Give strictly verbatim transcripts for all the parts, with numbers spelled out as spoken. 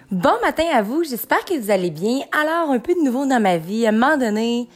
Bon matin à vous, j'espère que vous allez bien. Alors, un peu de nouveau dans ma vie. À un moment donné,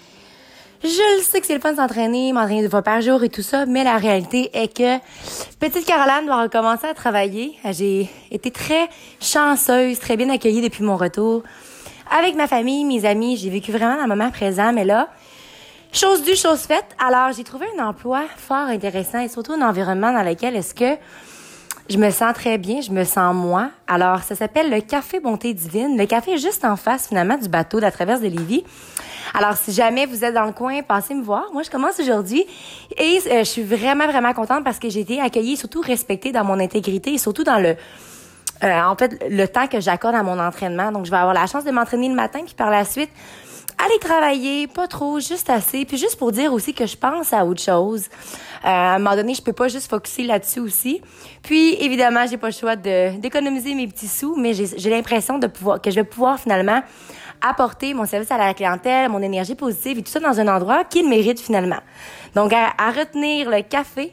je le sais que c'est le fun de s'entraîner, m'entraîner deux fois par jour et tout ça, mais la réalité est que petite Caroline doit recommencer à travailler. J'ai été très chanceuse, très bien accueillie depuis mon retour. Avec ma famille, mes amis, j'ai vécu vraiment dans le moment présent, mais là, chose due, chose faite. Alors, j'ai trouvé un emploi fort intéressant et surtout un environnement dans lequel est-ce que je me sens très bien, je me sens moi. Alors, ça s'appelle le Café Bonté Divine. Le café est juste en face, finalement, du bateau de la traverse de Lévis. Alors, si jamais vous êtes dans le coin, passez me voir. Moi, je commence aujourd'hui et euh, je suis vraiment, vraiment contente parce que j'ai été accueillie et surtout respectée dans mon intégrité et surtout dans le, euh, en fait, le temps que j'accorde à mon entraînement. Donc, je vais avoir la chance de m'entraîner le matin puis par la suite, aller travailler, pas trop, juste assez. Puis juste pour dire aussi que je pense à autre chose. Euh, à un moment donné, je peux pas juste focusser là-dessus aussi. Puis, évidemment, j'ai pas le choix de d'économiser mes petits sous, mais j'ai, j'ai l'impression de pouvoir que je vais pouvoir finalement apporter mon service à la clientèle, mon énergie positive et tout ça dans un endroit qui le mérite finalement. Donc, à, à retenir le café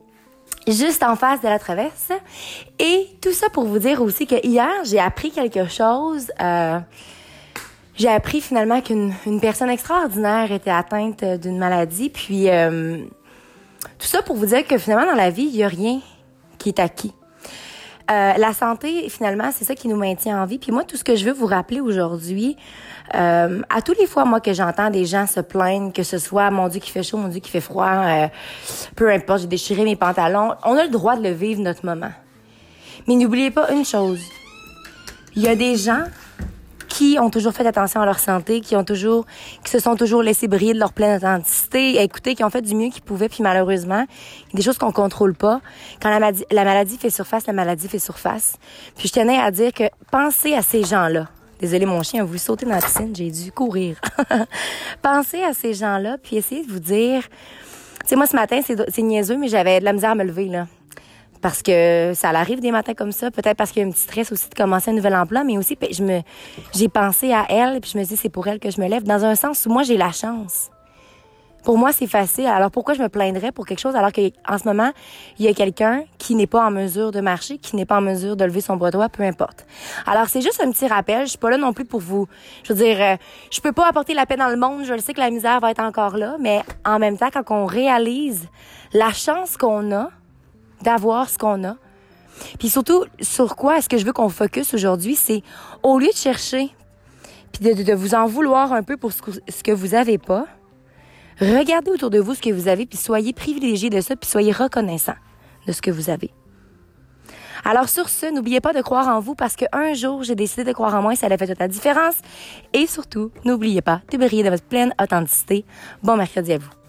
juste en face de la traverse. Et tout ça pour vous dire aussi que hier, j'ai appris quelque chose... Euh, J'ai appris finalement qu'une une personne extraordinaire était atteinte d'une maladie. Puis, euh, tout ça pour vous dire que finalement, dans la vie, il n'y a rien qui est acquis. Euh, la santé, finalement, c'est ça qui nous maintient en vie. Puis moi, tout ce que je veux vous rappeler aujourd'hui, euh, à tous les fois, moi, que j'entends des gens se plaindre, que ce soit « mon Dieu, qu'il fait chaud, mon Dieu, qu'il fait froid euh, », peu importe, j'ai déchiré mes pantalons, on a le droit de le vivre, notre moment. Mais n'oubliez pas une chose, il y a des gens qui ont toujours fait attention à leur santé, qui ont toujours, qui se sont toujours laissés briller de leur pleine authenticité, écoutez, qui ont fait du mieux qu'ils pouvaient, puis malheureusement, il y a des choses qu'on contrôle pas. Quand la maladie, la maladie fait surface, la maladie fait surface. Puis je tenais à dire que pensez à ces gens-là. Désolée, mon chien a voulu sauter dans la piscine, j'ai dû courir. Pensez à ces gens-là, puis essayez de vous dire... Tu sais, moi, ce matin, c'est, c'est niaiseux, mais j'avais de la misère à me lever, là. Parce que ça arrive des matins comme ça, peut-être parce qu'il y a un petit stress aussi de commencer un nouvel emploi, mais aussi je me j'ai pensé à elle puis je me dis c'est pour elle que je me lève dans un sens où moi j'ai la chance. Pour moi c'est facile. Alors pourquoi je me plaindrais pour quelque chose alors qu'en ce moment il y a quelqu'un qui n'est pas en mesure de marcher, qui n'est pas en mesure de lever son bras droit, peu importe. Alors c'est juste un petit rappel. Je suis pas là non plus pour vous. Je veux dire, euh, je peux pas apporter la paix dans le monde. Je le sais que la misère va être encore là, mais en même temps quand on réalise la chance qu'on a d'avoir ce qu'on a. Puis surtout, sur quoi est-ce que je veux qu'on focus aujourd'hui, c'est au lieu de chercher puis de, de, de vous en vouloir un peu pour ce que, ce que vous avez pas, regardez autour de vous ce que vous avez puis soyez privilégiés de ça puis soyez reconnaissants de ce que vous avez. Alors sur ce, n'oubliez pas de croire en vous parce qu'un jour, j'ai décidé de croire en moi et ça a fait toute la différence. Et surtout, n'oubliez pas de briller de votre pleine authenticité. Bon mercredi à vous.